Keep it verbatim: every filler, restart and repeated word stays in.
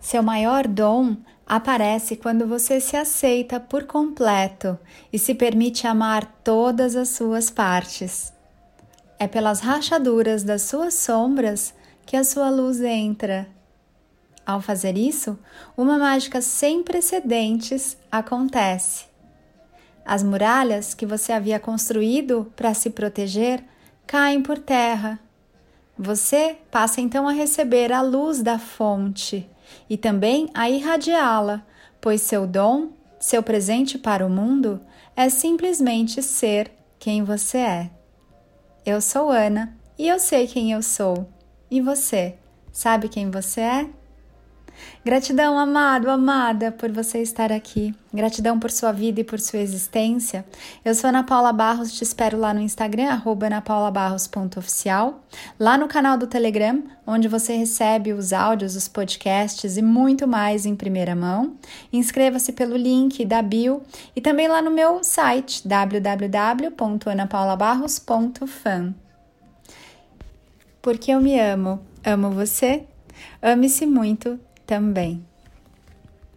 Seu maior dom aparece quando você se aceita por completo e se permite amar todas as suas partes. É pelas rachaduras das suas sombras que a sua luz entra. Ao fazer isso, uma mágica sem precedentes acontece. As muralhas que você havia construído para se proteger caem por terra. Você passa então a receber a luz da fonte e também a irradiá-la, pois seu dom, seu presente para o mundo, é simplesmente ser quem você é. Eu sou Ana e eu sei quem eu sou. E você, sabe quem você é? Gratidão, amado, amada, por você estar aqui. Gratidão por sua vida e por sua existência. Eu sou Ana Paula Barros, te espero lá no Instagram, arroba ana paula barros ponto oficial, lá no canal do Telegram, onde você recebe os áudios, os podcasts e muito mais em primeira mão. Inscreva-se pelo link da bio e também lá no meu site, w w w ponto ana paula barros ponto fan. Porque eu me amo. Amo você? Ame-se muito também.